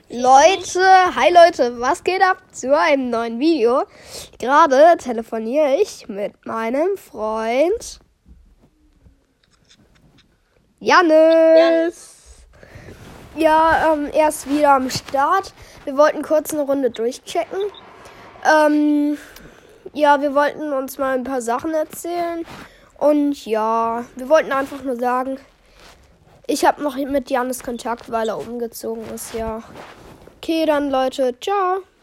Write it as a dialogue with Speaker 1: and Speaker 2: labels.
Speaker 1: Hi Leute, was geht ab zu einem neuen Video? Gerade telefoniere ich mit meinem Freund Jannis. Ja, er ist wieder am Start. Wir wollten kurz eine Runde durchchecken. Ja, wir wollten uns mal ein paar Sachen erzählen. Und ja, wir wollten einfach nur sagen, ich habe noch mit Jannis Kontakt, weil er umgezogen ist, ja. Okay, dann Leute, ciao.